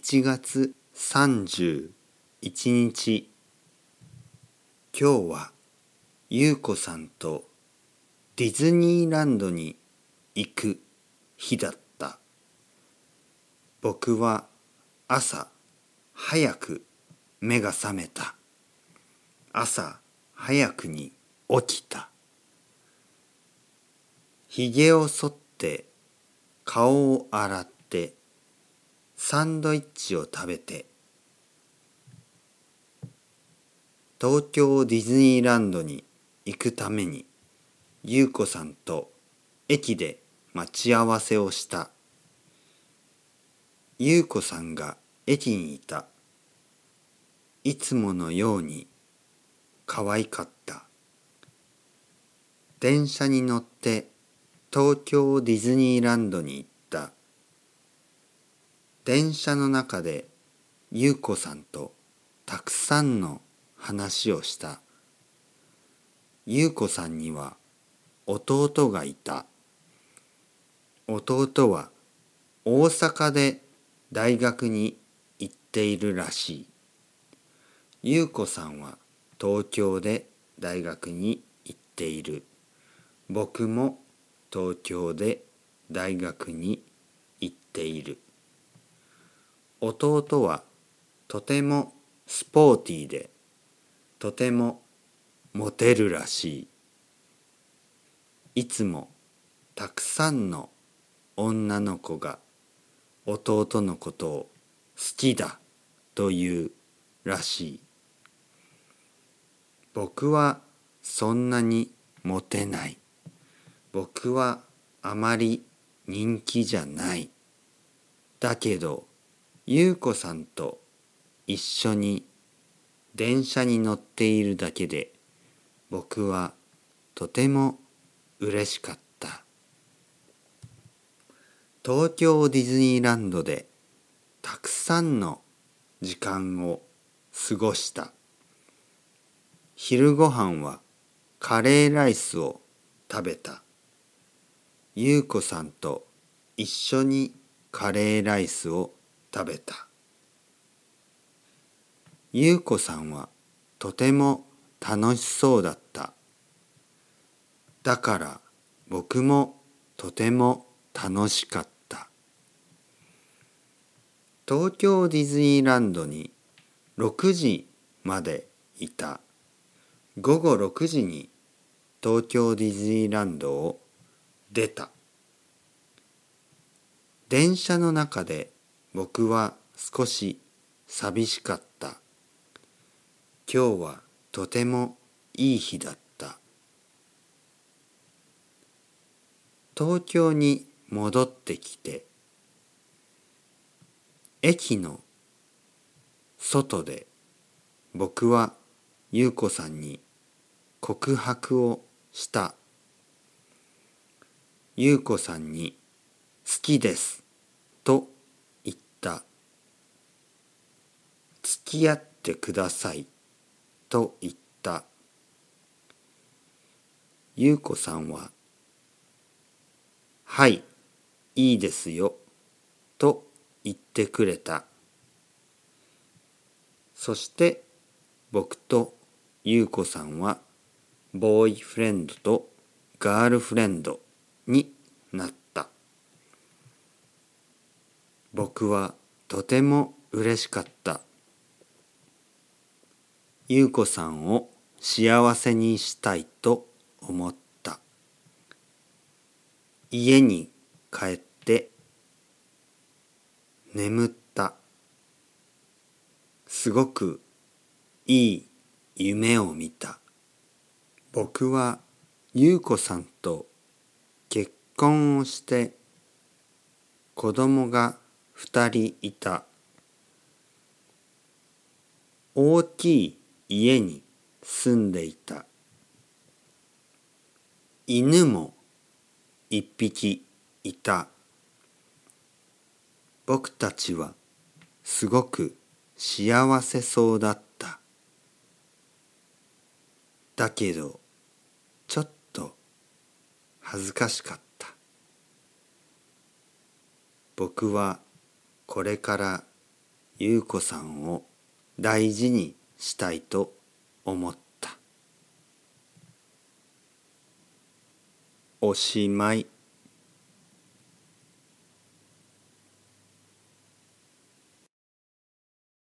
1月31日、今日はゆうこさんとディズニーランドに行く日だった。僕は朝早く目が覚めた。朝早くに起きた。ひげを剃って顔を洗ってサンドイッチを食べて東京ディズニーランドに行くためにゆうこさんと駅で待ち合わせをした。ゆうこさんが駅にいた。いつものように可愛かった。電車に乗って東京ディズニーランドに行った。電車の中でゆうこさんとたくさんの話をした。ゆうこさんには弟がいた。弟は大阪で大学に行っているらしい。ゆうこさんは東京で大学に行っている。僕も東京で大学に行っている。弟はとてもスポーティーでとてもモテるらしい。いつもたくさんの女の子が弟のことを好きだというらしい。僕はそんなにモテない。僕はあまり人気じゃない。だけど、ゆうこさんと一緒に電車に乗っているだけで、僕はとても嬉しかった。東京ディズニーランドでたくさんの時間を過ごした。昼ごはんはカレーライスを食べた。ゆうこさんと一緒にカレーライスを食べた。ゆうこさんはとても楽しそうだった。だから僕もとても楽しかった。東京ディズニーランドに6時までいた。午後6時に東京ディズニーランドを出た。電車の中で僕は少し寂しかった。今日はとてもいい日だった。東京に戻ってきて、駅の外で僕はゆうこさんに告白をした。ゆうこさんに好きですと言った。付き合ってくださいと言った。ゆうこさんははい、いいですよと言ってくれた。そして僕とゆうこさんはボーイフレンドとガールフレンドになった。僕はとても嬉しかった。ゆうこさんを幸せにしたいと思った。家に帰って眠った。すごくいい夢を見た。僕はゆうこさんと結婚をして子供が2人いた。大きい家に住んでいた。犬も1匹いた。僕たちはすごく幸せそうだった。だけど、ちょっと恥ずかしかった。僕はこれから優子さんを大事にしたいと思った。おしまい。